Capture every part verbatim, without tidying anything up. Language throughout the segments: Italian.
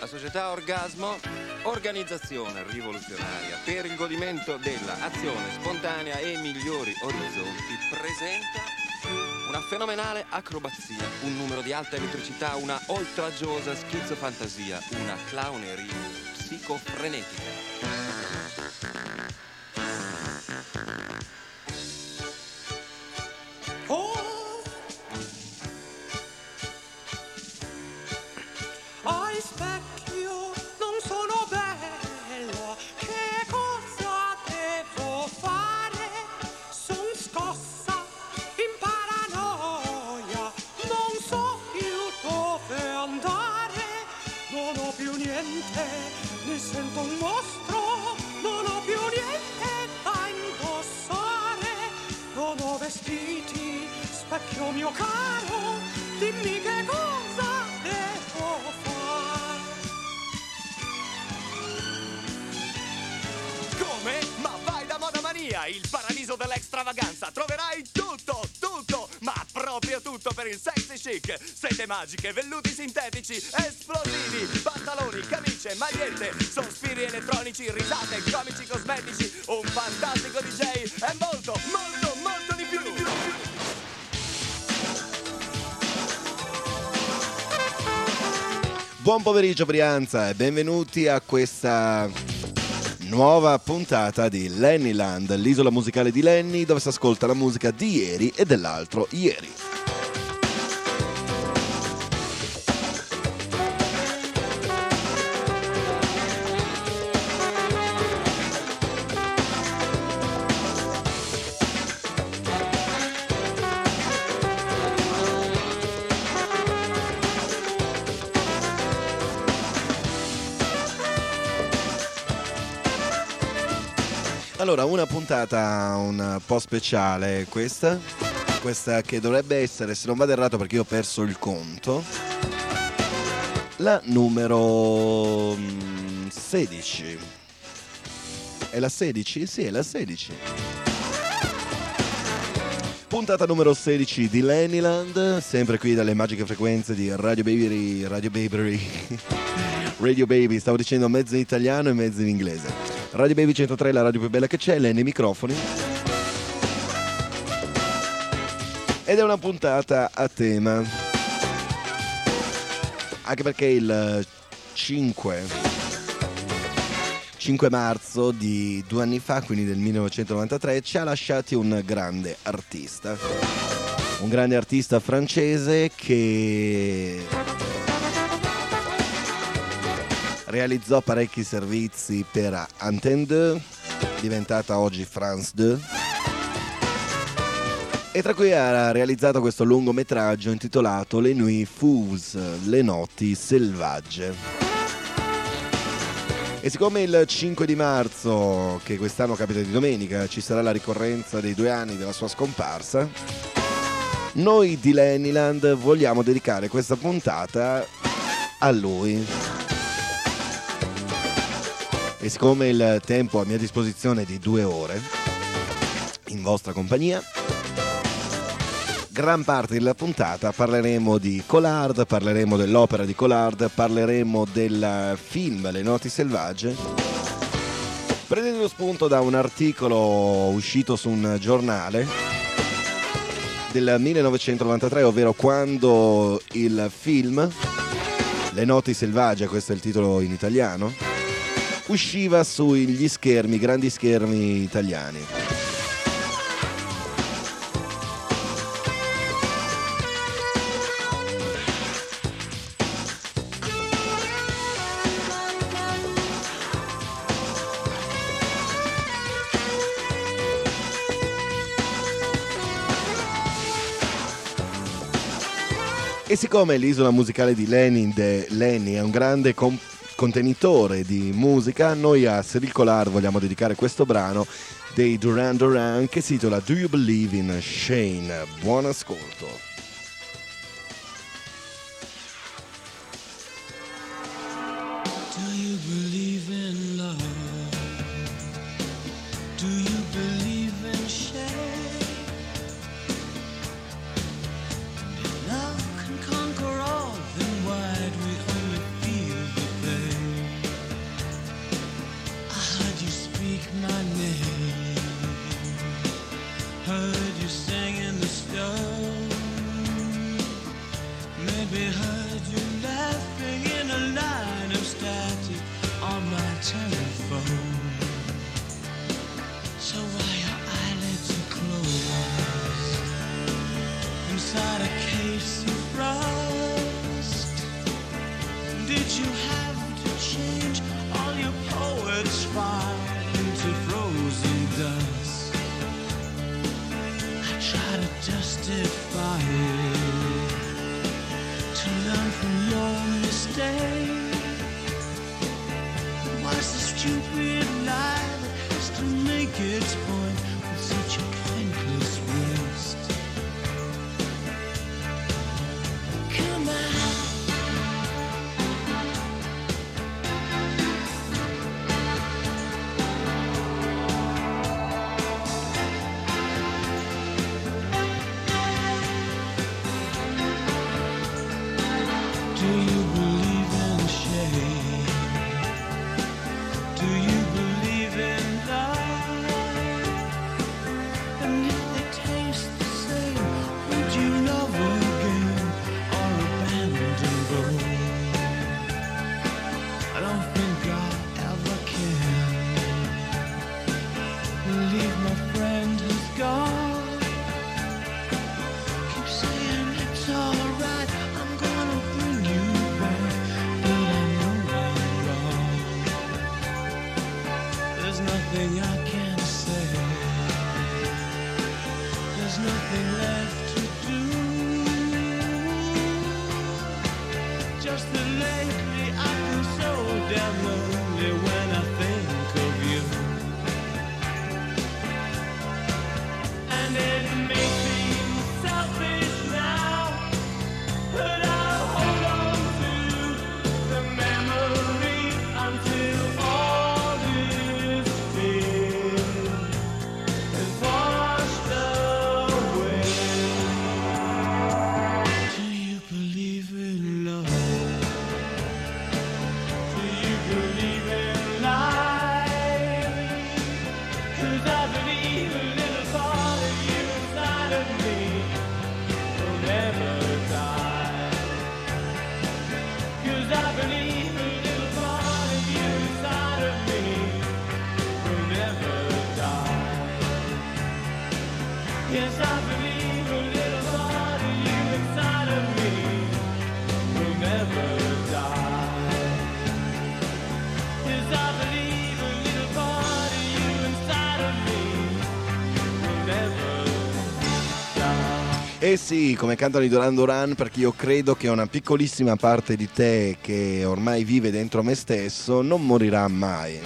società Orgasmo, organizzazione rivoluzionaria per il godimento della azione spontanea e migliori orizzonti, presenta una fenomenale acrobazia, un numero di alta elettricità, una oltraggiosa schizofantasia, una clowneria psicofrenetica. Mi sento un mostro, non ho più niente da indossare, non ho vestiti, specchio mio caro, dimmi che cosa devo fare. Come? Ma vai da Moda Mania, il paradiso dell'extravaganza, troverai tutto, tutto, ma proprio tutto per il sexy chic. Sete magiche, velluti sintetici, esplosivi, pantaloni, camicie, magliette, sospiri elettronici, risate, comici cosmetici, un fantastico D J e molto, molto, molto di più. Buon pomeriggio Brianza e benvenuti a questa nuova puntata di Lennyland, l'isola musicale di Lenny, dove si ascolta la musica di ieri e dell'altro ieri. Allora, una puntata un po' speciale questa, questa che dovrebbe essere, se non vado errato perché io ho perso il conto, la numero sedici. È la sedici? Sì, è la sedici. Puntata numero sedici di Lennyland, sempre qui dalle magiche frequenze di Radio Baby, Radio Baby, Radio Baby, stavo dicendo mezzo in italiano e mezzo in inglese. Radio Baby centotré, la radio più bella che c'è, lei nei microfoni. Ed è una puntata a tema, anche perché il cinque marzo di due anni fa, quindi del millenovecentonovantatré, ci ha lasciati un grande artista. Un grande artista francese che realizzò parecchi servizi per Antenne due, diventata oggi France due, e tra cui ha realizzato questo lungometraggio intitolato Les Nuits Fous, le notti selvagge. E siccome il cinque di marzo, che quest'anno capita di domenica, ci sarà la ricorrenza dei due anni della sua scomparsa, noi di Lennyland vogliamo dedicare questa puntata a lui. E siccome il tempo a mia disposizione è di due ore in vostra compagnia, gran parte della puntata parleremo di Collard, parleremo dell'opera di Collard, parleremo del film Le Notti Selvagge, prendendo spunto da un articolo uscito su un giornale del millenovecentonovantatré, ovvero quando il film Le Notti Selvagge, questo è il titolo in italiano, usciva sugli schermi, grandi schermi italiani. E siccome l'isola musicale di Lenny, de Lenny è un grande comp- contenitore di musica, noi a Cyril Collard vogliamo dedicare questo brano dei Duran Duran che si intitola Do You Believe in Shane? Buon ascolto. Do you believe in love? Do you believe in shame? And if love can conquer all, then why do we only feel the pain? lately I feel so damn lonely when I think of you. And it may seem selfish now, but I'll hold on to the memory until all this fear is washed away. Do you believe in love? Do you believe in life? 'Cause I believe a little part of you inside of me will never die. 'Cause I believe a little part of you inside of me will never die. Yes, I believe a little part of you inside of me will never die. Yes, I believe a little part of you inside of me will never die. Eh sì, come cantano i Duran Duran, perché io credo che una piccolissima parte di te che ormai vive dentro me stesso non morirà mai.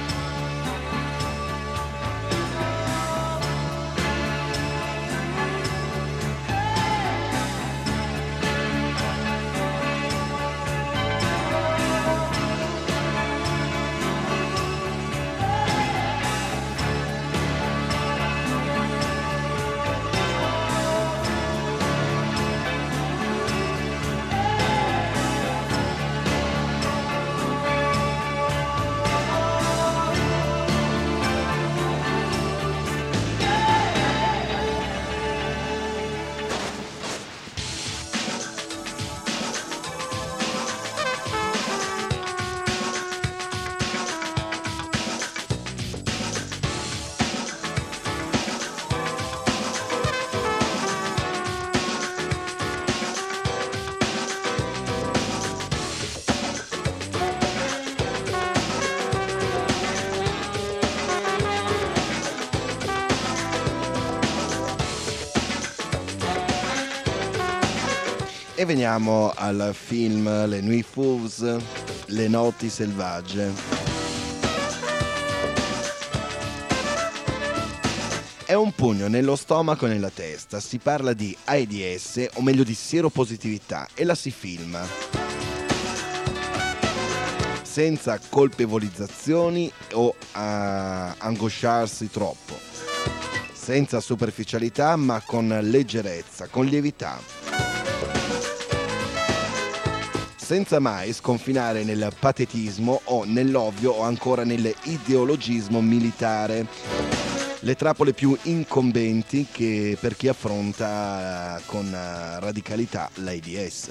E veniamo al film Le Nuit Fauves, Le Notti Selvagge. È un pugno nello stomaco e nella testa, si parla di AIDS, o meglio di sieropositività, e la si filma. Senza colpevolizzazioni o a angosciarsi troppo. Senza superficialità ma con leggerezza, con lievità. Senza mai sconfinare nel patetismo o nell'ovvio o ancora nell'ideologismo militare. Le trappole più incombenti che per chi affronta con radicalità l'AIDS.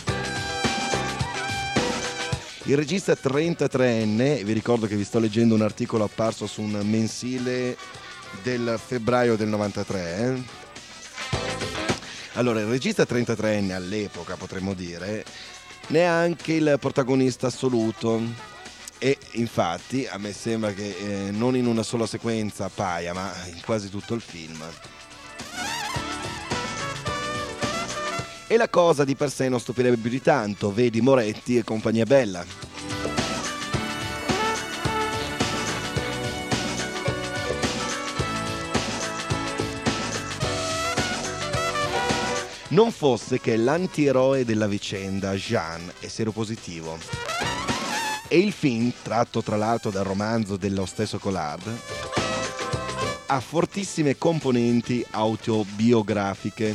Il regista trentatreenne, vi ricordo che vi sto leggendo un articolo apparso su un mensile del febbraio del novantatré. Eh? Allora, il regista trentatreenne all'epoca, potremmo dire, neanche il protagonista assoluto, e infatti a me sembra che eh, non in una sola sequenza appaia, ma in quasi tutto il film. E la cosa di per sé non stupirebbe più di tanto, vedi Moretti e compagnia bella. Non fosse che l'antieroe della vicenda, Jean, è seropositivo. E il film, tratto tra l'altro dal romanzo dello stesso Collard, ha fortissime componenti autobiografiche.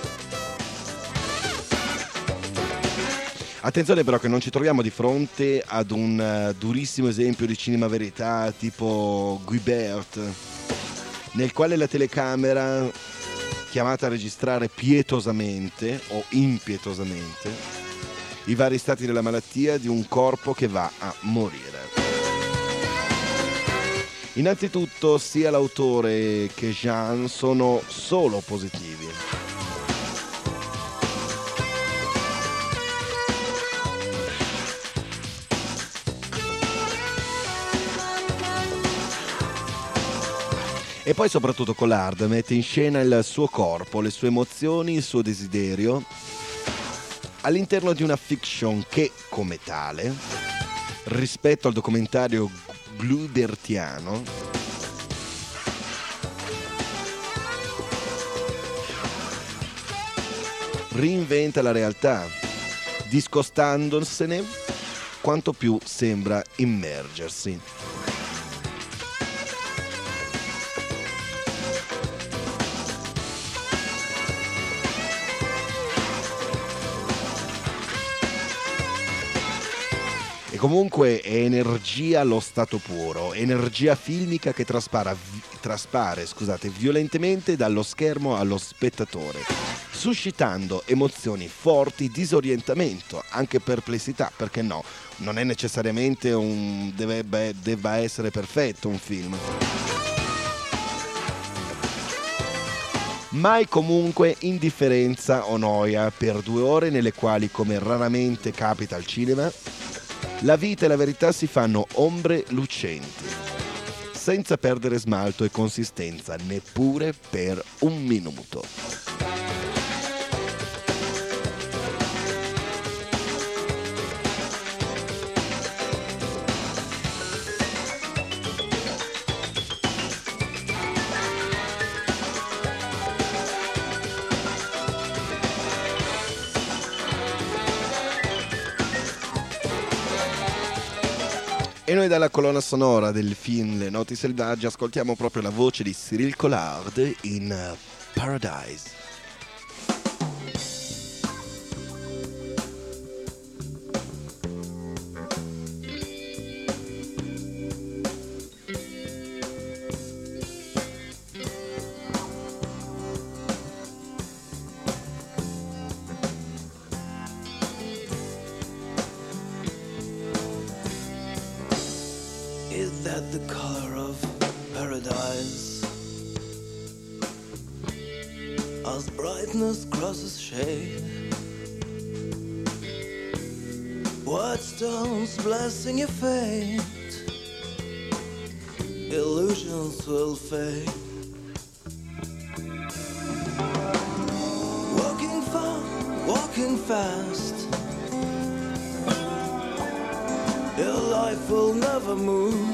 Attenzione però che non ci troviamo di fronte ad un uh, durissimo esempio di cinema verità tipo Guibert, nel quale la telecamera, chiamata a registrare pietosamente o impietosamente i vari stati della malattia di un corpo che va a morire. Innanzitutto sia l'autore che Jean sono solo positivi. E poi soprattutto Collard mette in scena il suo corpo, le sue emozioni, il suo desiderio, all'interno di una fiction che, come tale, rispetto al documentario glubertiano, reinventa la realtà, discostandosene quanto più sembra immergersi. E comunque è energia allo stato puro, energia filmica che traspara, traspare scusate, violentemente dallo schermo allo spettatore, suscitando emozioni forti, disorientamento, anche perplessità, perché no, non è necessariamente un deve, debba essere perfetto un film. Mai comunque indifferenza o noia per due ore nelle quali, come raramente capita al cinema, la vita e la verità si fanno ombre lucenti, senza perdere smalto e consistenza neppure per un minuto. E noi dalla colonna sonora del film Le Noti Selvagge ascoltiamo proprio la voce di Cyril Collard in Paradise. Is that the color of paradise? As brightness crosses shade, white stones blessing your fate, illusions will fade. Walking far, walking fast, your life will never move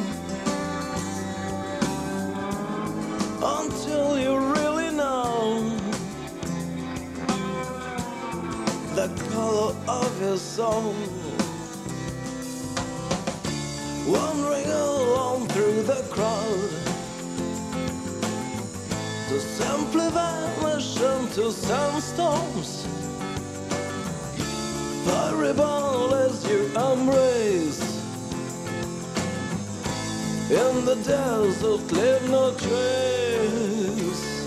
until you really know the color of your soul. Wandering along through the crowd, to simply vanish into sandstorms, fireball as you embrace. In the desert leave no trace.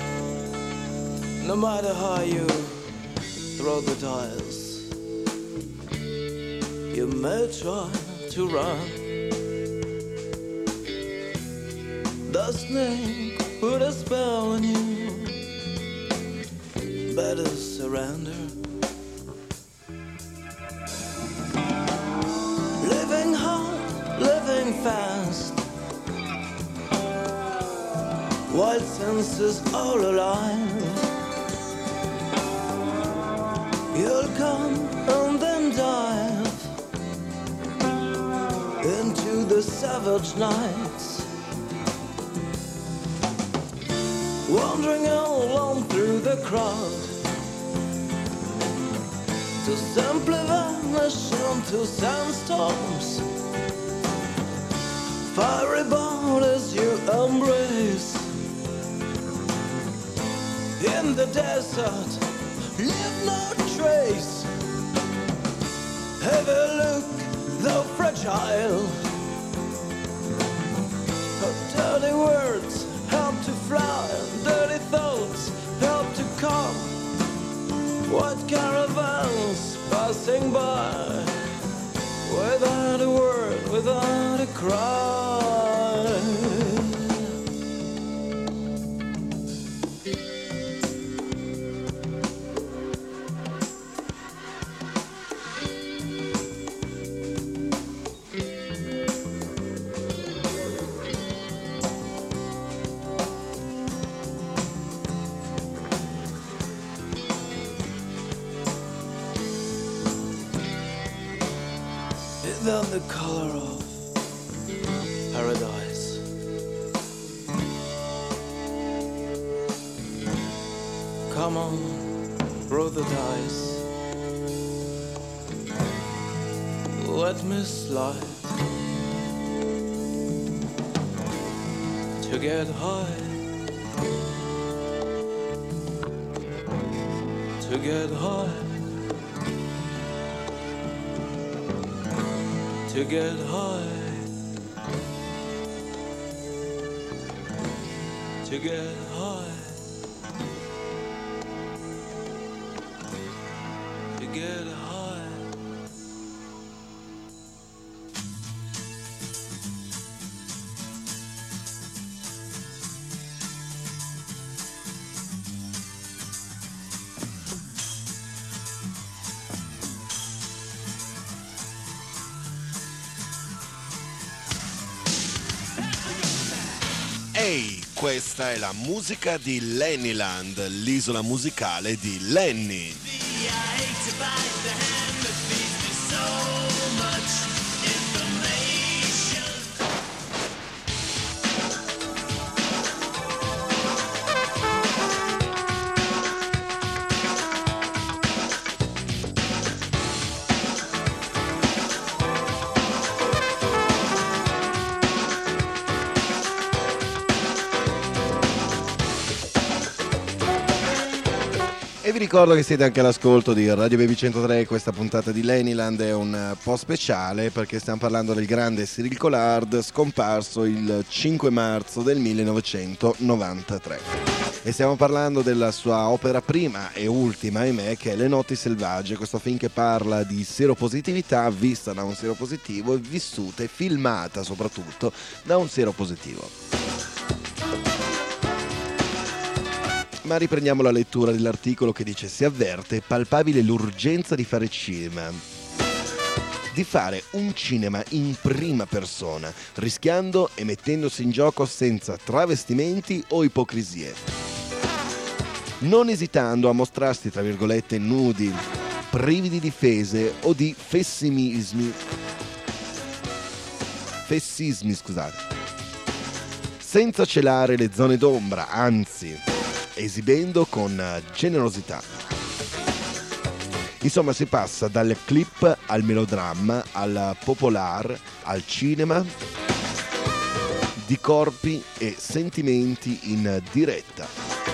No matter how you throw the dice, you may try to run. The snake put a spell on you. Better surrender. Living hard, living fast, wild senses all alive. You'll come and then dive into the savage nights, wandering along through the crowd, to simply vanish into sandstorms, fiery bound as you embrace. In the desert, leave no trace. Have a look, though fragile. Her dirty words help to fly, dirty thoughts help to come. White caravans passing by, without a word, without a cry. is than the color of paradise. Come on, roll the dice. Let me slide to get high, to get high, to get high, to get high, to get high. Ehi, questa è la musica di Lennyland, l'isola musicale di Lenny. E vi ricordo che siete anche all'ascolto di Radio Baby centotré, questa puntata di Lennyland è un po' speciale perché stiamo parlando del grande Cyril Collard, scomparso il cinque marzo del millenovecentonovantatré. E stiamo parlando della sua opera prima e ultima, ahimè, che è Le notti selvagge, questo film che parla di seropositività vista da un seropositivo e vissuta e filmata soprattutto da un seropositivo. Ma riprendiamo la lettura dell'articolo che dice: si avverte palpabile l'urgenza di fare cinema, di fare un cinema in prima persona, rischiando e mettendosi in gioco senza travestimenti o ipocrisie, non esitando a mostrarsi tra virgolette nudi, privi di difese o di fessimismi, fessismi scusate, senza celare le zone d'ombra, anzi esibendo con generosità. Insomma, si passa dal clip al melodramma, al popolar, al cinema, di corpi e sentimenti in diretta.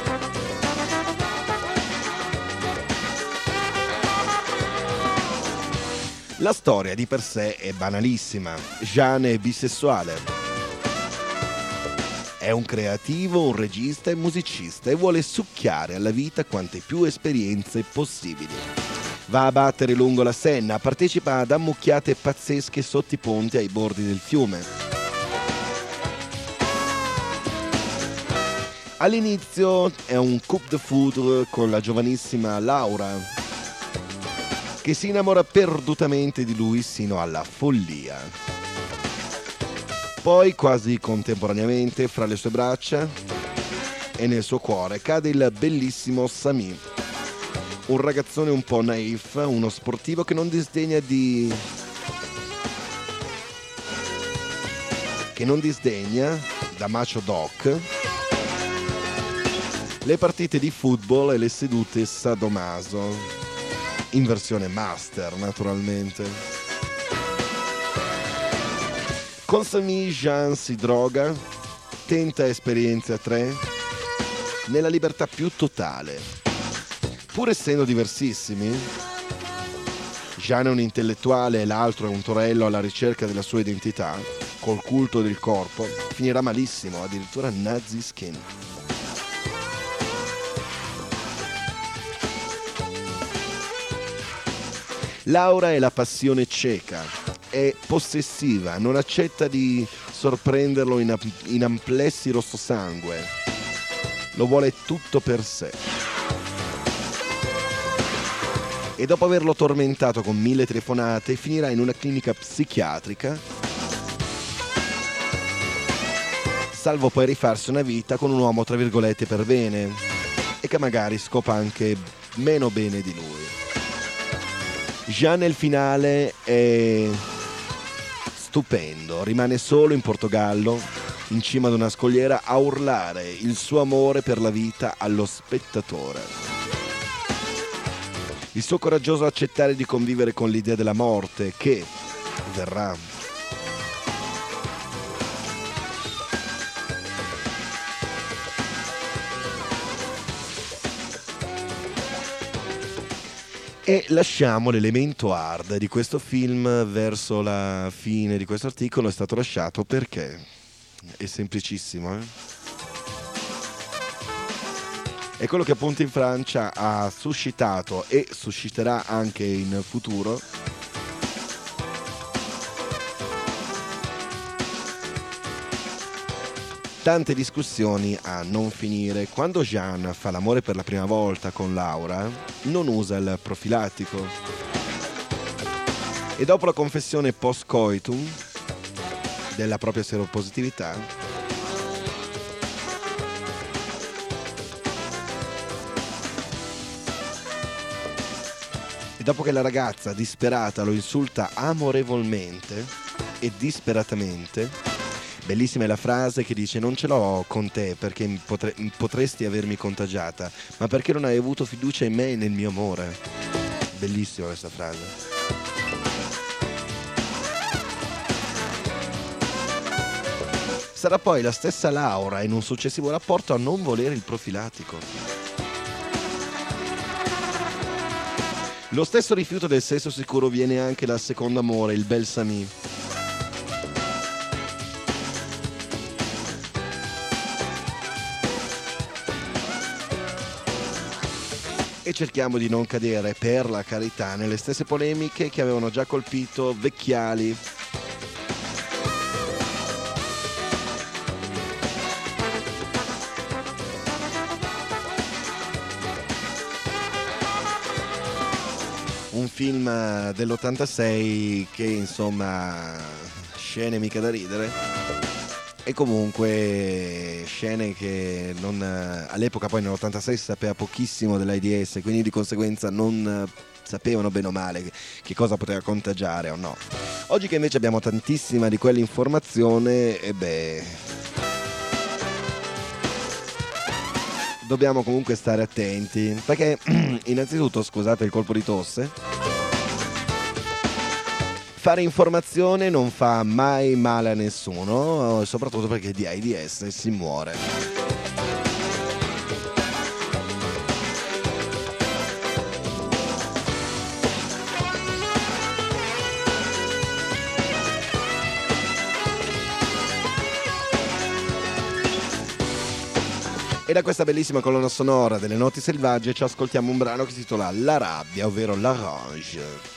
La storia di per sé è banalissima. Jean è bisessuale. È un creativo, un regista e musicista e vuole succhiare alla vita quante più esperienze possibili. Va a battere lungo la Senna, partecipa ad ammucchiate pazzesche sotto i ponti ai bordi del fiume. All'inizio è un coup de foudre con la giovanissima Laura, che si innamora perdutamente di lui sino alla follia. Poi, quasi contemporaneamente, fra le sue braccia e nel suo cuore cade il bellissimo Sami, un ragazzone un po' naif, uno sportivo che non disdegna di... che non disdegna, da macho doc, le partite di football e le sedute sadomaso, in versione master naturalmente. Con Sami Jean si droga, tenta esperienze a tre, nella libertà più totale. Pur essendo diversissimi, Jean è un intellettuale e l'altro è un torello alla ricerca della sua identità, col culto del corpo, finirà malissimo, addirittura nazi skin. Laura è la passione cieca. È possessiva, non accetta di sorprenderlo in, in amplessi rossosangue. Lo vuole tutto per sé. E dopo averlo tormentato con mille telefonate, finirà in una clinica psichiatrica, salvo poi rifarsi una vita con un uomo tra virgolette per bene e che magari scopa anche meno bene di lui. Jean nel finale è stupendo, rimane solo in Portogallo, in cima ad una scogliera, a urlare il suo amore per la vita allo spettatore. Il suo coraggioso accettare di convivere con l'idea della morte che verrà. E lasciamo l'elemento hard di questo film verso la fine di questo articolo. È stato lasciato perché è semplicissimo, eh? È quello che appunto in Francia ha suscitato e susciterà anche in futuro tante discussioni a non finire. Quando Jean fa l'amore per la prima volta con Laura, non usa il profilattico. E dopo la confessione post-coitum della propria seropositività, e dopo che la ragazza disperata lo insulta amorevolmente e disperatamente, bellissima è la frase che dice: non ce l'ho con te perché potre- potresti avermi contagiata, ma perché non hai avuto fiducia in me e nel mio amore. Bellissima questa frase. Sarà poi la stessa Laura in un successivo rapporto a non volere il profilattico. Lo stesso rifiuto del sesso sicuro viene anche dal secondo amore, il bel Sami. E cerchiamo di non cadere, per la carità, nelle stesse polemiche che avevano già colpito Vecchiali. Un film dell'ottantasei che, insomma, scene mica da ridere. E comunque scene che non, all'epoca, poi nell'ottantasei si sapeva pochissimo dell'AIDS, quindi di conseguenza non sapevano bene o male che, che cosa poteva contagiare o no. Oggi che invece abbiamo tantissima di quell'informazione, e beh, dobbiamo comunque stare attenti, perché innanzitutto, scusate il colpo di tosse, fare informazione non fa mai male a nessuno, soprattutto perché di AIDS si muore. E da questa bellissima colonna sonora delle Noti Selvagge ci ascoltiamo un brano che si intitola La rabbia, ovvero l'Arrange.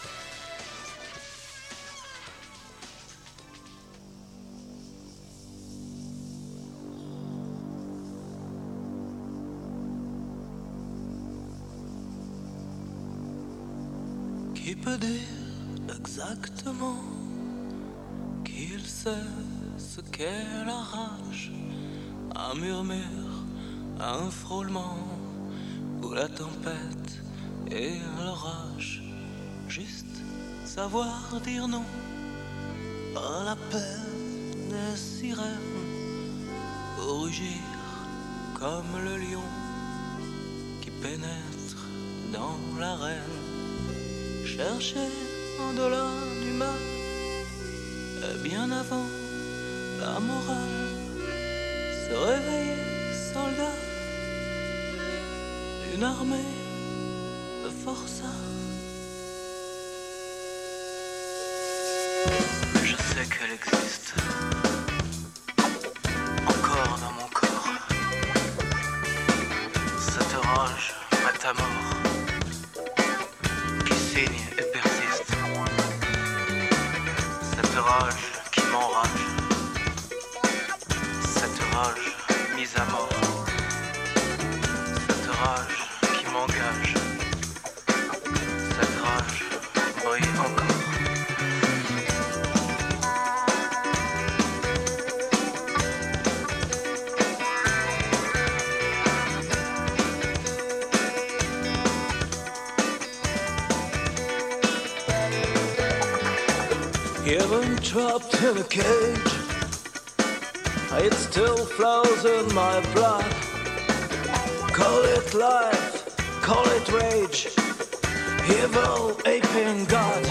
Qui peut dire exactement qu'il sait ce qu'est la rage? Un murmure, un frôlement, ou la tempête et l'orage. Juste savoir dire non à la peine des sirènes, ou rugir comme le lion qui pénètre dans l'arène. Chercher au-delà du mal, et bien avant la morale, se réveiller soldat d'une armée de forçats. Je sais qu'elle existe, encore dans mon corps, cette rage est à mort. Et persiste, cette rage qui m'enrage, cette rage mise à mort, cette rage qui m'engage, cette rage brille encore. Even trapped in a cage, it still flows in my blood. Call it life, call it rage, evil aping God.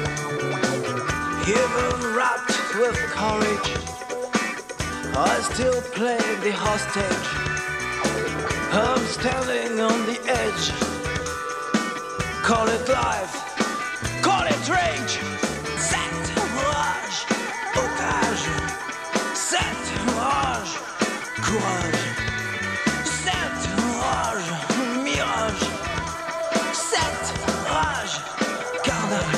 Even wrapped with courage, I still play the hostage. I'm standing on the edge. Call it life, call it rage. Cette rage, otage. Cette rage, courage. Cette rage, mirage. Cette rage, carnage.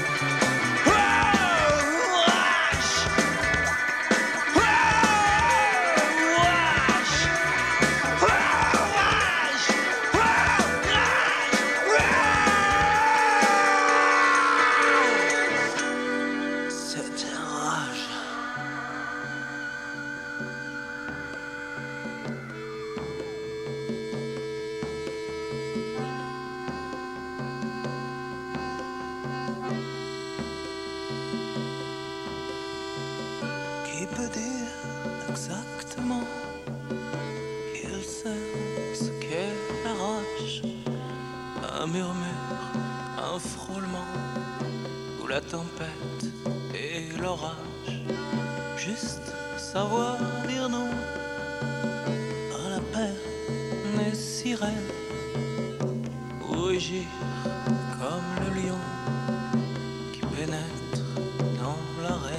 Qui peut dire exactement qu'il sait ce qu'est la rage? Un murmure, un frôlement, ou la tempête et l'orage. Juste savoir dire non à la peine et sirène, ou rugir comme le lion qui pénètre dans l'arène.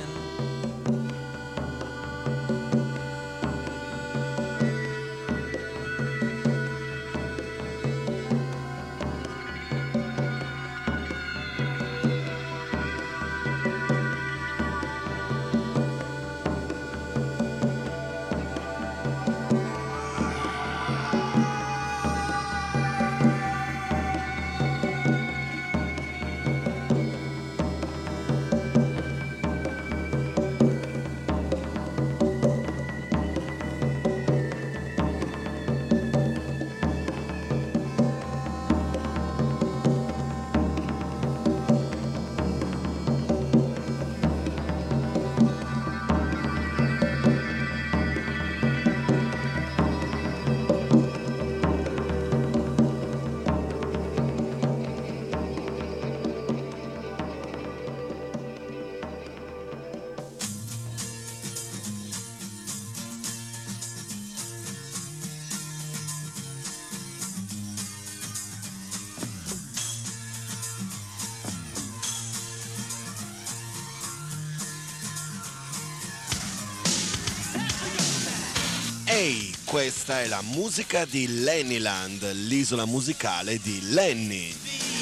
Ehi, questa è la musica di Lennyland, l'isola musicale di Lenny.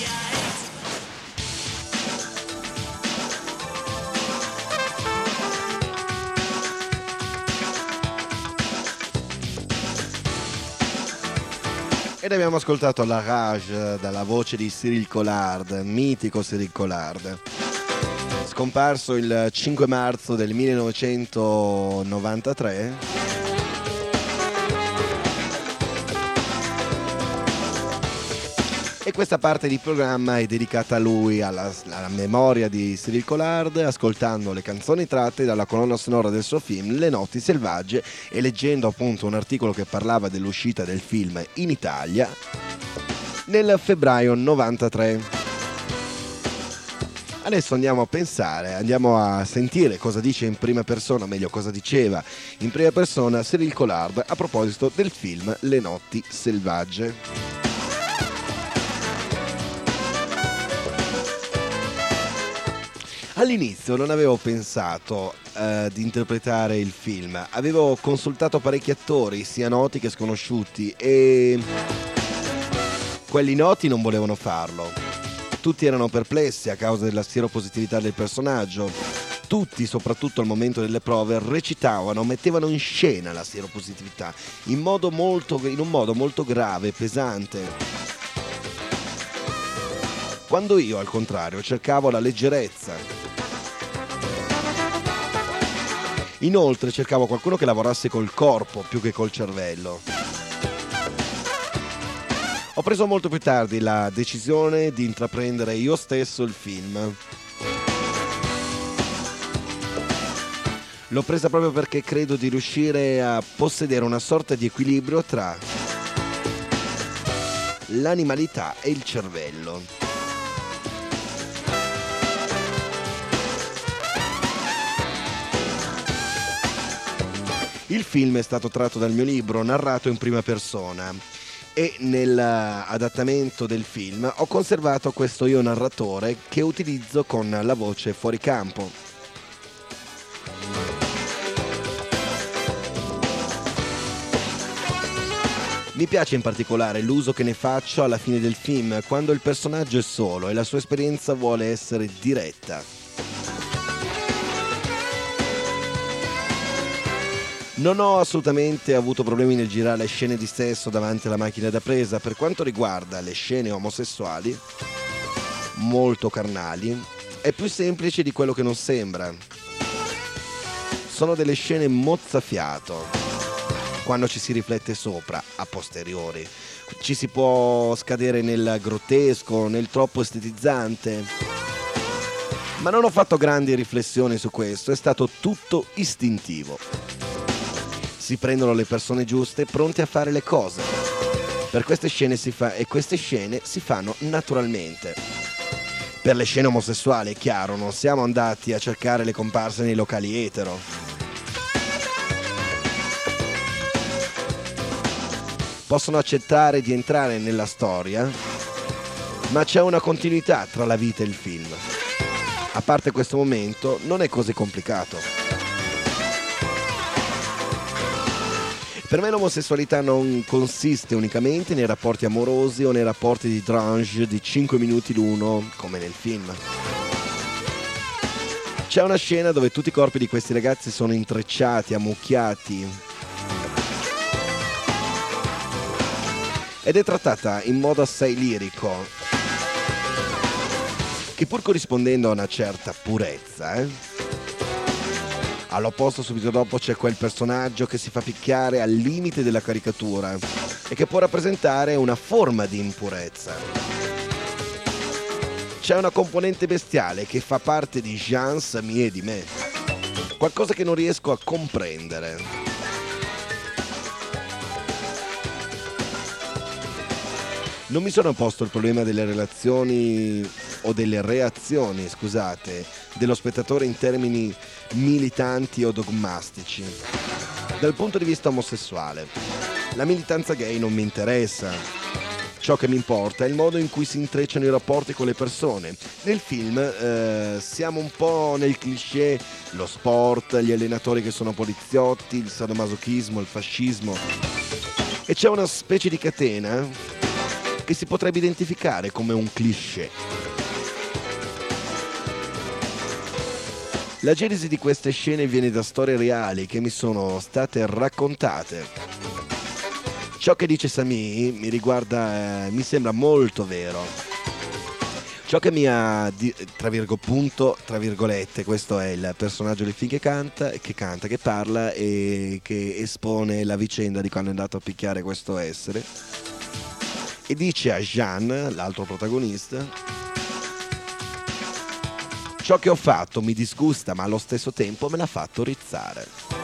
Ed abbiamo ascoltato la Rage dalla voce di Cyril Collard, mitico Cyril Collard, scomparso il cinque marzo del millenovecentonovantatré. E questa parte di programma è dedicata a lui, alla, alla memoria di Cyril Collard, ascoltando le canzoni tratte dalla colonna sonora del suo film Le notti selvagge e leggendo appunto un articolo che parlava dell'uscita del film in Italia nel febbraio novantatré. Adesso andiamo a pensare, andiamo a sentire cosa dice in prima persona, meglio cosa diceva in prima persona Cyril Collard a proposito del film Le notti selvagge. All'inizio non avevo pensato uh, di interpretare il film, avevo consultato parecchi attori, sia noti che sconosciuti, e quelli noti non volevano farlo. Tutti erano perplessi a causa della sieropositività del personaggio. Tutti, soprattutto al momento delle prove, recitavano, mettevano in scena la sieropositività in, modo molto, in un modo molto grave, pesante. Quando io, al contrario, cercavo la leggerezza. Inoltre cercavo qualcuno che lavorasse col corpo più che col cervello. Ho preso molto più tardi la decisione di intraprendere io stesso il film. L'ho presa proprio perché credo di riuscire a possedere una sorta di equilibrio tra l'animalità e il cervello. Il film è stato tratto dal mio libro, narrato in prima persona, e nell'adattamento del film ho conservato questo io narratore che utilizzo con la voce fuori campo. Mi piace in particolare l'uso che ne faccio alla fine del film, quando il personaggio è solo e la sua esperienza vuole essere diretta. Non ho assolutamente avuto problemi nel girare le scene di sesso davanti alla macchina da presa. Per quanto riguarda le scene omosessuali, molto carnali, è più semplice di quello che non sembra. Sono delle scene mozzafiato. Quando ci si riflette sopra, a posteriori, ci si può scadere nel grottesco, nel troppo estetizzante. Ma non ho fatto grandi riflessioni su questo, è stato tutto istintivo. Si prendono le persone giuste, pronte a fare le cose. Per queste scene si fa e queste scene si fanno naturalmente. Per le scene omosessuali, è chiaro, non siamo andati a cercare le comparse nei locali etero. Possono accettare di entrare nella storia, ma c'è una continuità tra la vita e il film. A parte questo momento, non è così complicato. Per me l'omosessualità non consiste unicamente nei rapporti amorosi o nei rapporti di tranche di cinque minuti l'uno, come nel film. C'è una scena dove tutti i corpi di questi ragazzi sono intrecciati, ammucchiati, ed è trattata in modo assai lirico, che pur corrispondendo a una certa purezza, eh? All'opposto subito dopo c'è quel personaggio che si fa picchiare al limite della caricatura e che può rappresentare una forma di impurezza. C'è una componente bestiale che fa parte di Jean, Samy e di me, qualcosa che non riesco a comprendere. Non mi sono posto il problema delle relazioni o delle reazioni, scusate, dello spettatore in termini militanti o dogmastici. Dal punto di vista omosessuale, la militanza gay non mi interessa. Ciò che mi importa è il modo in cui si intrecciano i rapporti con le persone. Nel film eh, siamo un po' nel cliché, lo sport, gli allenatori che sono poliziotti, il sadomasochismo, il fascismo. E c'è una specie di catena che si potrebbe identificare come un cliché. La genesi di queste scene viene da storie reali che mi sono state raccontate. Ciò che dice Samy mi riguarda, eh, mi sembra molto vero. Ciò che mi ha, di, tra virgopunto, tra virgolette, questo è il personaggio del film che canta, che canta, che parla e che espone la vicenda di quando è andato a picchiare questo essere. E dice a Jean, l'altro protagonista: ciò che ho fatto mi disgusta, ma allo stesso tempo me l'ha fatto rizzare.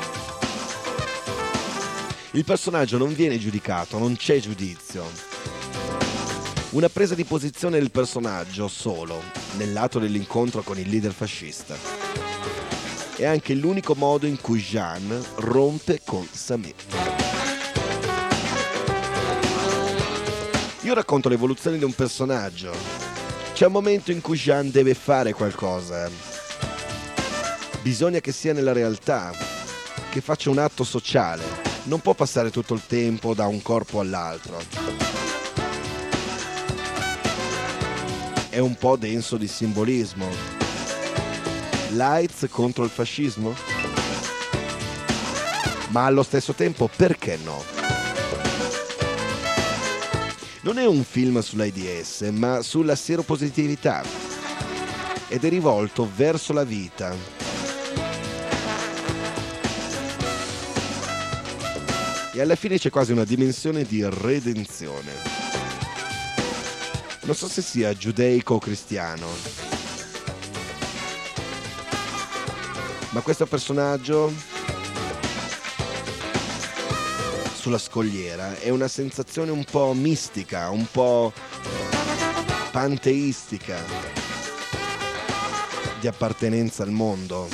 Il personaggio non viene giudicato, non c'è giudizio. Una presa di posizione del personaggio solo, nell'atto dell'incontro con il leader fascista. È anche l'unico modo in cui Jean rompe con Samy. Io racconto l'evoluzione di un personaggio. C'è un momento in cui Jean deve fare qualcosa. Bisogna che sia nella realtà, che faccia un atto sociale. Non può passare tutto il tempo da un corpo all'altro. È un po' denso di simbolismo. L'AIDS contro il fascismo? Ma allo stesso tempo perché no? Non è un film sull'AIDS, ma sulla seropositività, ed è rivolto verso la vita. E alla fine c'è quasi una dimensione di redenzione. Non so se sia giudeico o cristiano, Ma questo personaggio sulla scogliera è una sensazione un po' mistica, un po' panteistica di appartenenza al mondo.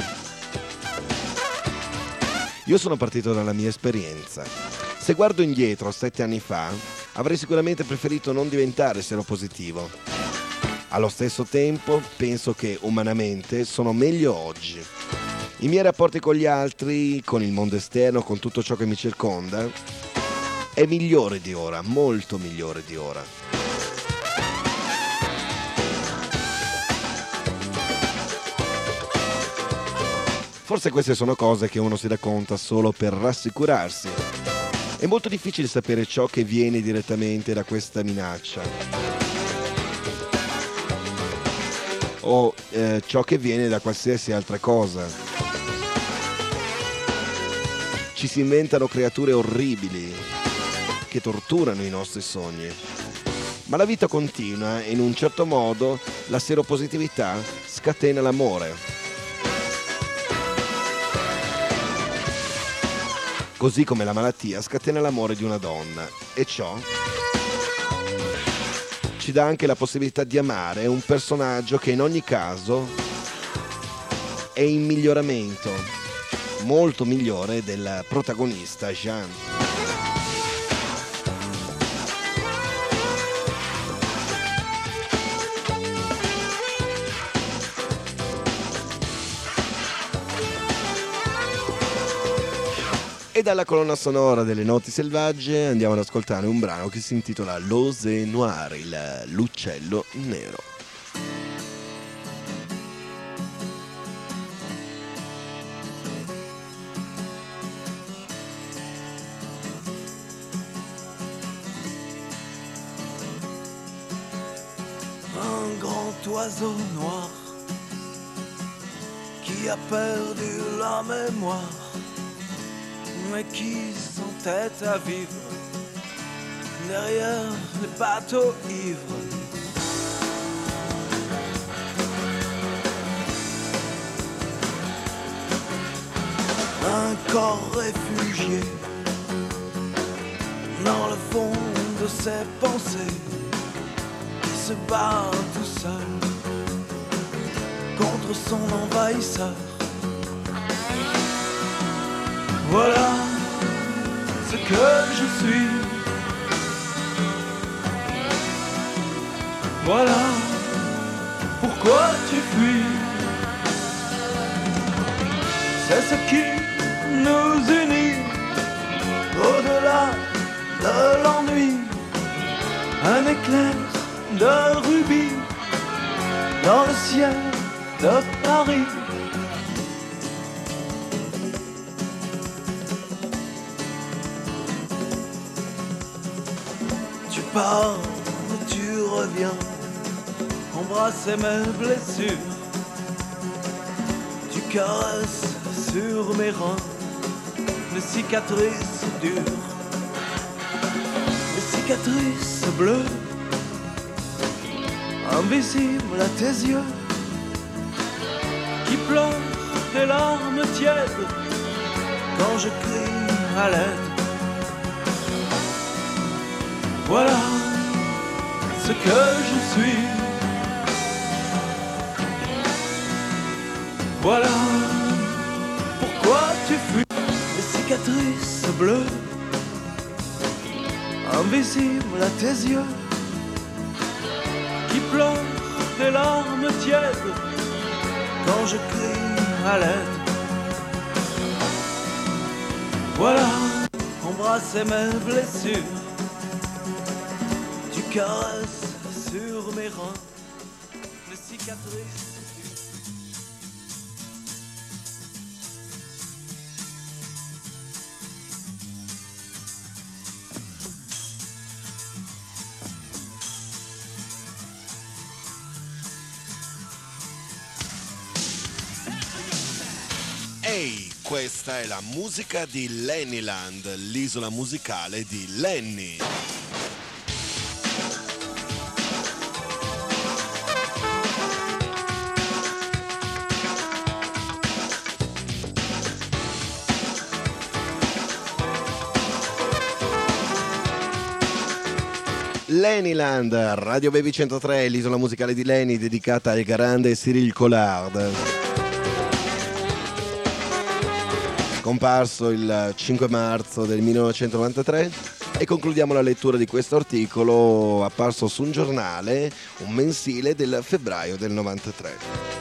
Io sono partito dalla mia esperienza. Se guardo indietro sette anni fa, avrei sicuramente preferito non diventare seropositivo. Allo stesso tempo, penso che umanamente sono meglio oggi. I miei rapporti con gli altri, con il mondo esterno, con tutto ciò che mi circonda, è migliore di ora, molto migliore di ora. Forse queste sono cose che uno si racconta solo per rassicurarsi. È molto difficile sapere ciò che viene direttamente da questa minaccia o eh, ciò che viene da qualsiasi altra cosa. Ci si inventano creature orribili che torturano i nostri sogni. Ma la vita continua e in un certo modo la seropositività scatena l'amore. Così come la malattia scatena l'amore di una donna, e ciò ci dà anche la possibilità di amare un personaggio che in ogni caso è in miglioramento, molto migliore del protagonista Jean. E dalla colonna sonora delle Noti Selvagge andiamo ad ascoltare un brano che si intitola L'Ose Noir, il l'uccello nero. Un grand oiseau noir qui a perdu la mémoire, mais qui s'entête à vivre derrière les bateaux ivres. Un corps réfugié dans le fond de ses pensées, qui se bat tout seul contre son envahisseur. Voilà ce que je suis. Voilà pourquoi tu fuis. C'est ce qui nous unit au-delà de l'ennui. Un éclair de rubis dans le ciel de Paris. Tu pars et tu reviens, embrasser mes blessures. Tu caresses sur mes reins les cicatrices dures, les cicatrices bleues, invisibles à tes yeux, qui pleurent des larmes tièdes quand je crie à l'aide. Voilà ce que je suis. Voilà pourquoi tu fuis. Les cicatrices bleues, invisibles à tes yeux, qui pleurent des larmes tièdes quand je crie à l'aide. Voilà, embrasser mes blessures. Tu caresses sur mes reins les cicatrices. Ehi, questa è la musica di Lennyland, l'isola musicale di Lenny. Leniland, Radio Baby centotré, l'isola musicale di Leni dedicata al grande Cyril Collard. Scomparso il cinque marzo del millenovecentonovantatré, e concludiamo la lettura di questo articolo apparso su un giornale, un mensile del febbraio del novantatré.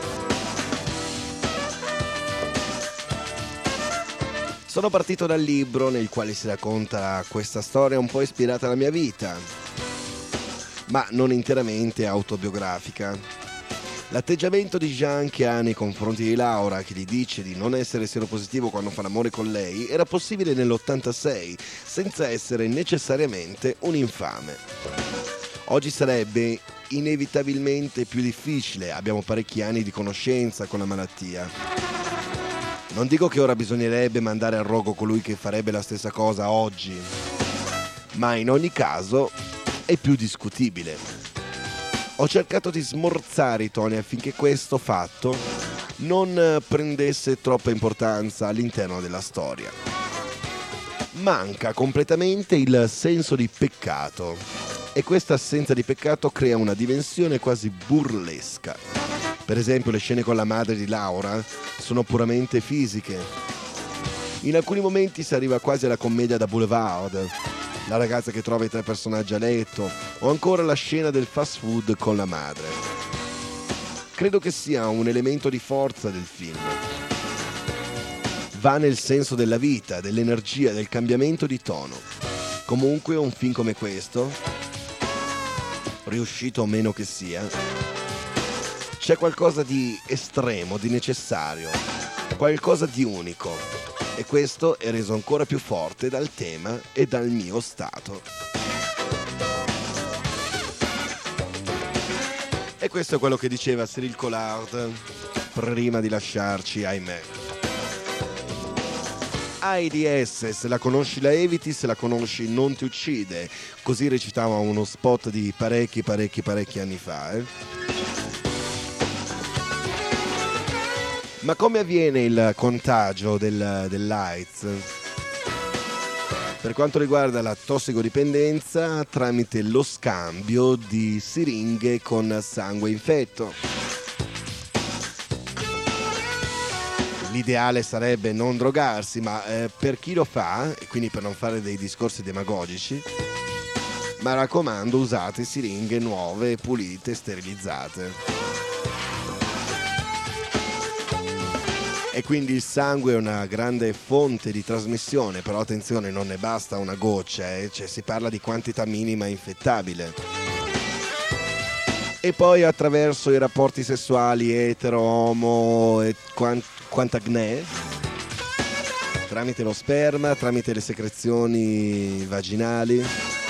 Sono partito dal libro nel quale si racconta questa storia un po' ispirata alla mia vita, ma non interamente autobiografica. L'atteggiamento di Jean che ha nei confronti di Laura, che gli dice di non essere seropositivo quando fa l'amore con lei, era possibile nell'ottantasei, senza essere necessariamente un infame. Oggi sarebbe inevitabilmente più difficile, abbiamo parecchi anni di conoscenza con la malattia. Non dico che ora bisognerebbe mandare al rogo colui che farebbe la stessa cosa oggi, ma in ogni caso è più discutibile. Ho cercato di smorzare i toni affinché questo fatto non prendesse troppa importanza all'interno della storia. Manca completamente il senso di peccato, e questa assenza di peccato crea una dimensione quasi burlesca. Per esempio, le scene con la madre di Laura sono puramente fisiche. In alcuni momenti si arriva quasi alla commedia da boulevard, la ragazza che trova i tre personaggi a letto, o ancora la scena del fast food con la madre. Credo che sia un elemento di forza del film. Va nel senso della vita, dell'energia, del cambiamento di tono. Comunque un film come questo, riuscito o meno che sia, c'è qualcosa di estremo, di necessario, qualcosa di unico. E questo è reso ancora più forte dal tema e dal mio stato. E questo è quello che diceva Cyril Collard prima di lasciarci, ahimè. AIDS, se la conosci la eviti, se la conosci non ti uccide. Così recitava uno spot di parecchi, parecchi, parecchi anni fa, eh? Ma come avviene il contagio del, dell'AIDS? Per quanto riguarda la tossicodipendenza, tramite lo scambio di siringhe con sangue infetto. L'ideale sarebbe non drogarsi, ma eh, per chi lo fa, e quindi per non fare dei discorsi demagogici, ma raccomando, usate siringhe nuove, pulite, sterilizzate. E quindi il sangue è una grande fonte di trasmissione, però attenzione, non ne basta una goccia, eh? Cioè, si parla di quantità minima infettabile. E poi attraverso i rapporti sessuali etero, homo e quant- quantagne, tramite lo sperma, tramite le secrezioni vaginali.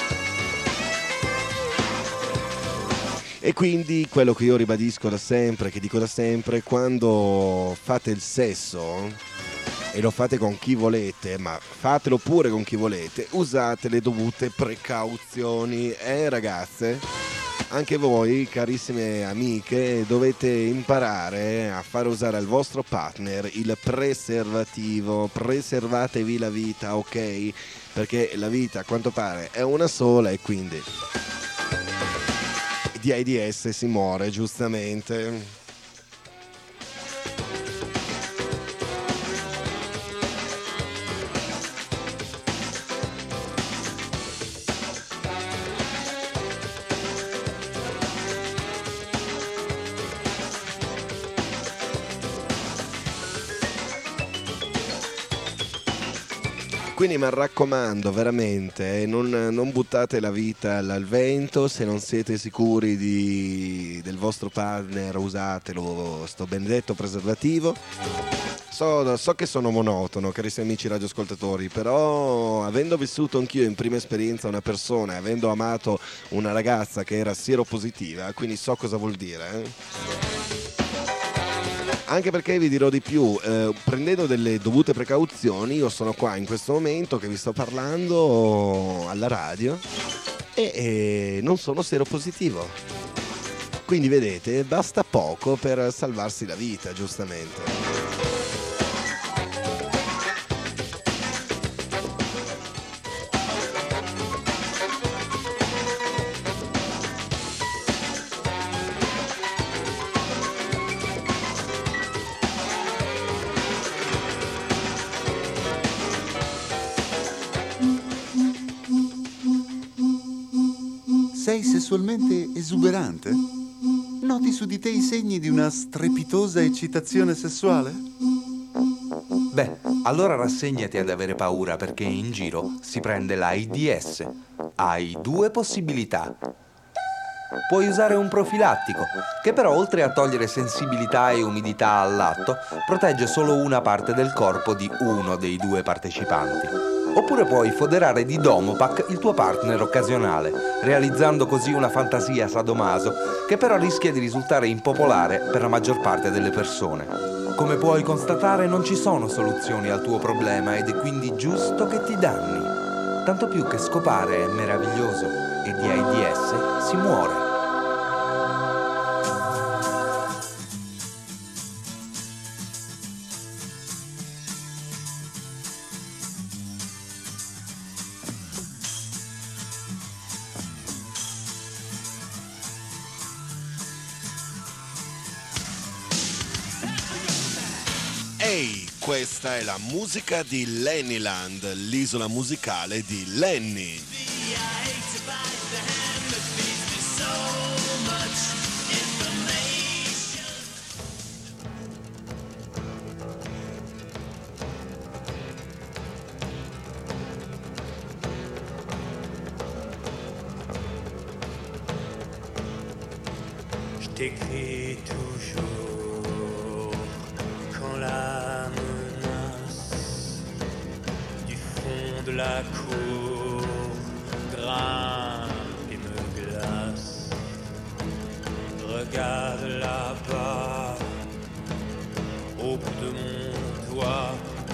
E quindi quello che io ribadisco da sempre, che dico da sempre, quando fate il sesso, e lo fate con chi volete, ma fatelo pure con chi volete, usate le dovute precauzioni, eh ragazze? Anche voi, carissime amiche, dovete imparare a far usare al vostro partner il preservativo. Preservatevi la vita, ok? Perché la vita, a quanto pare, è una sola, e quindi di AIDS si muore, giustamente. Quindi mi raccomando veramente, eh, non, non buttate la vita al vento. Se non siete sicuri di, del vostro partner, usatelo, sto benedetto preservativo. So, so che sono monotono, carissimi amici radioascoltatori, però avendo vissuto anch'io in prima esperienza una persona, avendo amato una ragazza che era sieropositiva, quindi so cosa vuol dire, eh. Anche perché vi dirò di più, eh, prendendo delle dovute precauzioni, io sono qua in questo momento che vi sto parlando alla radio e, e non sono seropositivo. Quindi vedete, basta poco per salvarsi la vita, giustamente. Sei sessualmente esuberante? Noti su di te i segni di una strepitosa eccitazione sessuale? Beh, allora rassegnati ad avere paura perché in giro si prende l'AIDS. Hai due possibilità. Puoi usare un profilattico, che però oltre a togliere sensibilità e umidità all'atto, protegge solo una parte del corpo di uno dei due partecipanti. Oppure puoi foderare di Domopac il tuo partner occasionale, realizzando così una fantasia sadomaso che però rischia di risultare impopolare per la maggior parte delle persone. Come puoi constatare, non ci sono soluzioni al tuo problema ed è quindi giusto che ti danni. Tanto più che scopare è meraviglioso e di AIDS si muore. Ehi, questa è la musica di Lennyland, l'isola musicale di Lenny. Je t'écris toujours quand la menace du fond de la cour grimpe et me glace. Regarde là-bas, au bout de mon doigt,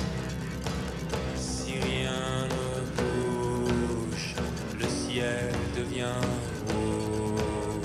si rien ne bouge, le ciel devient rouge.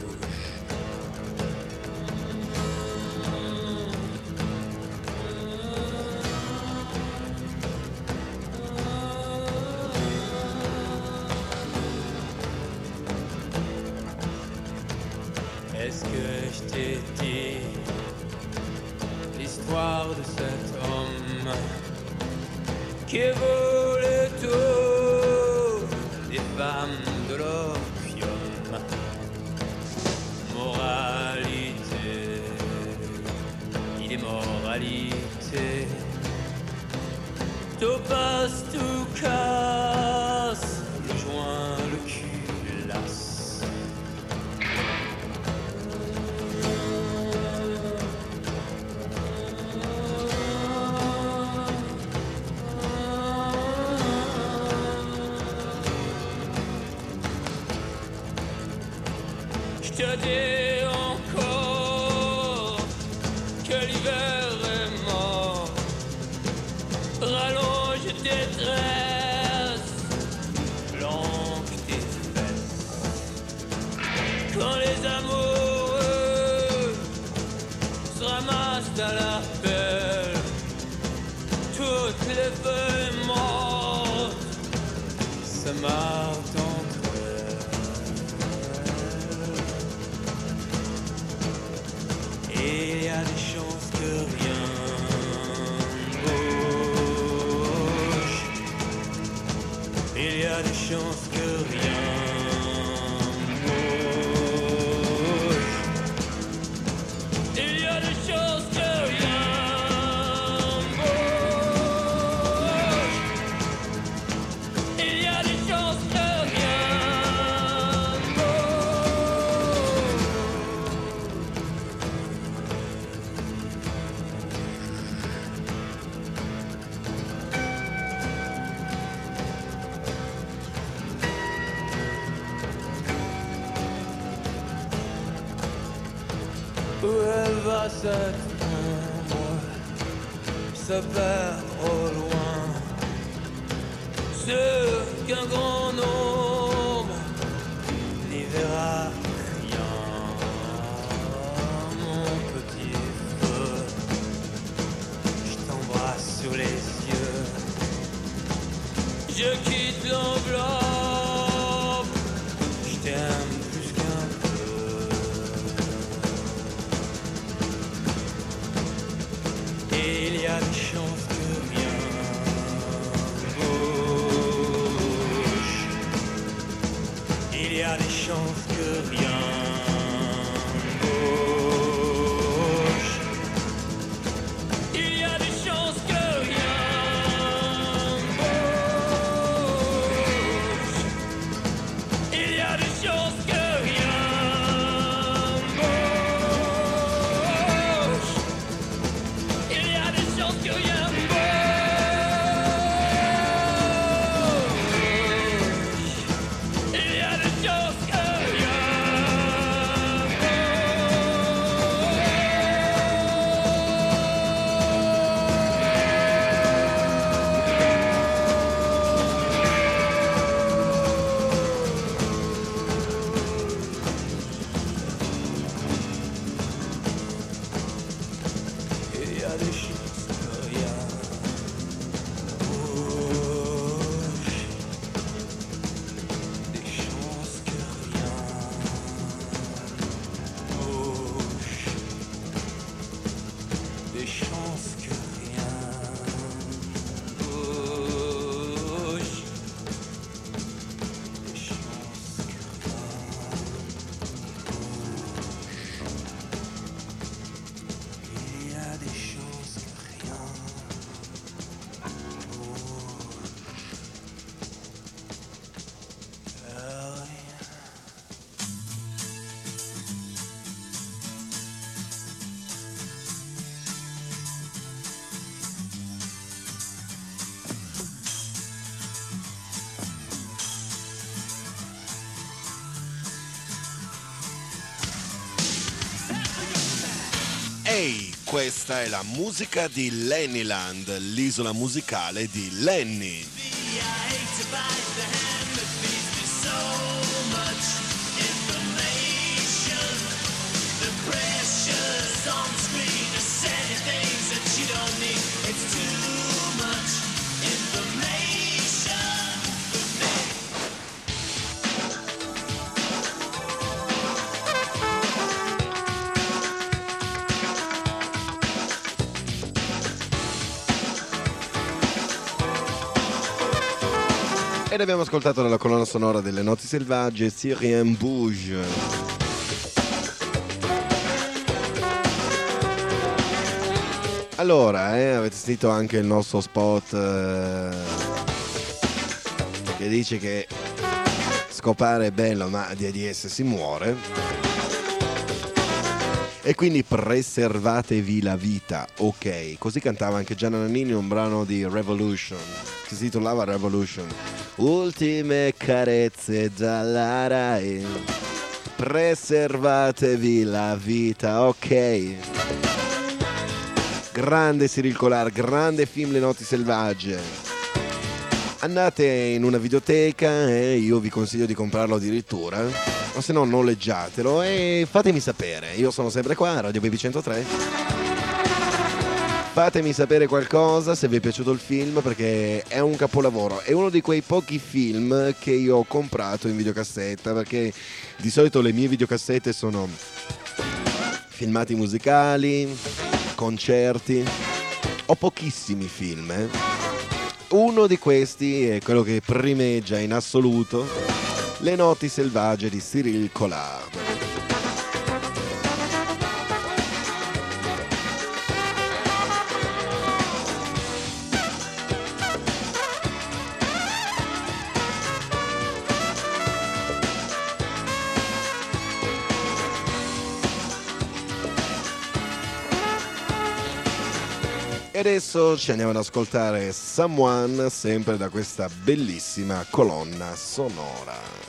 Est-ce que je t'ai dit l'histoire de cet homme qui vole tout des femmes de l'opium? Moralité, il est moralité. Tout passe, tout casse, le joint, le cul lasse. Je te dis encore que l'hiver est mort. Rallonge tes tresses, longe tes fesses. Quand les amoureux se ramassent à la pelle, toutes les feuilles mortes se marrent entre elles. Et il y a des chances que rien bouge. Il y a des chances que rien bouge. Il y a des chances que rien bouge. Il y a des chances que rien Où elle va cette ombre se perd au loin, sûr qu'un grand nombre n'y verra rien. Mon petit feu, je t'embrasse sur les yeux, je quitte l'enveloppe, je t'aime plus qu'un peu. Il y a des chances que rien bouge. Il y a des chances que Ehi, questa è la musica di Lennyland, l'isola musicale di Lenny. Ed abbiamo ascoltato la colonna sonora delle Noti Selvagge, Syrien Bouge. Allora, eh, avete sentito anche il nostro spot eh, che dice che scopare è bello ma di AIDS si muore. E quindi preservatevi la vita, ok. Così cantava anche Gianna Nannini in un brano di Revolution, che si titolava Revolution. Ultime carezze dalla Rai, preservatevi la vita, ok. Grande Cyril Collard, grande film Le Noti Selvagge. Andate in una videoteca e io vi consiglio di comprarlo addirittura, o se no noleggiatelo e fatemi sapere. Io sono sempre qua a Radio Baby centotré. Fatemi sapere qualcosa se vi è piaciuto il film, perché è un capolavoro. È uno di quei pochi film che io ho comprato in videocassetta, perché di solito le mie videocassette sono filmati musicali, concerti. Ho pochissimi film, eh. Uno di questi è quello che primeggia in assoluto, Le Noti Selvagge di Cyril Collard. E adesso ci andiamo ad ascoltare Someone, sempre da questa bellissima colonna sonora.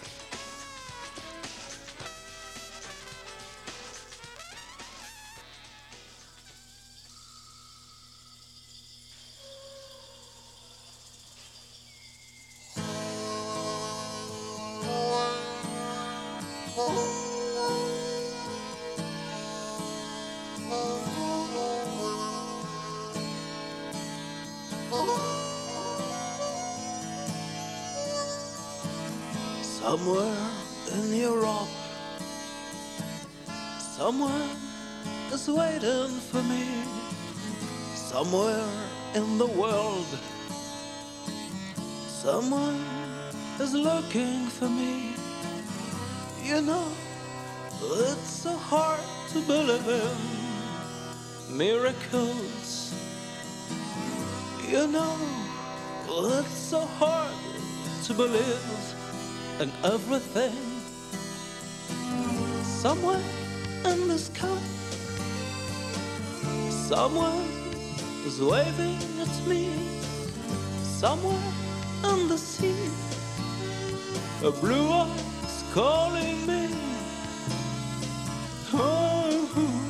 Somewhere in Europe, someone is waiting for me. Somewhere in the world, someone is looking for me. You know, it's so hard to believe in miracles. You know, it's so hard to believe and everything. Somewhere in the sky, someone is waving at me. Somewhere in the sea, a blue eye is calling me. Oh,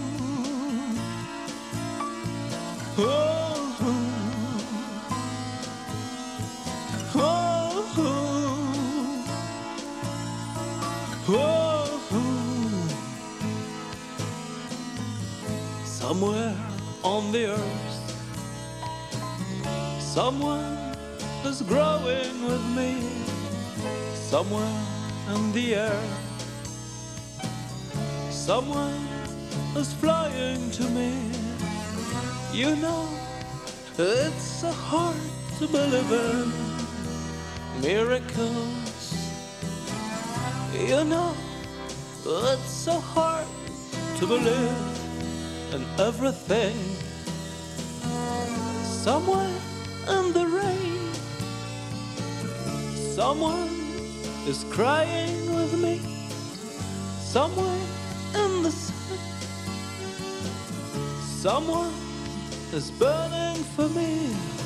oh, oh, oh, oh, oh. Somewhere on the earth, someone is growing with me. Somewhere in the air, someone is flying to me. You know, it's so hard to believe in miracles. You know, it's so hard to believe in everything. Somewhere in the rain, someone is crying with me. Somewhere in the sun, someone is burning for me.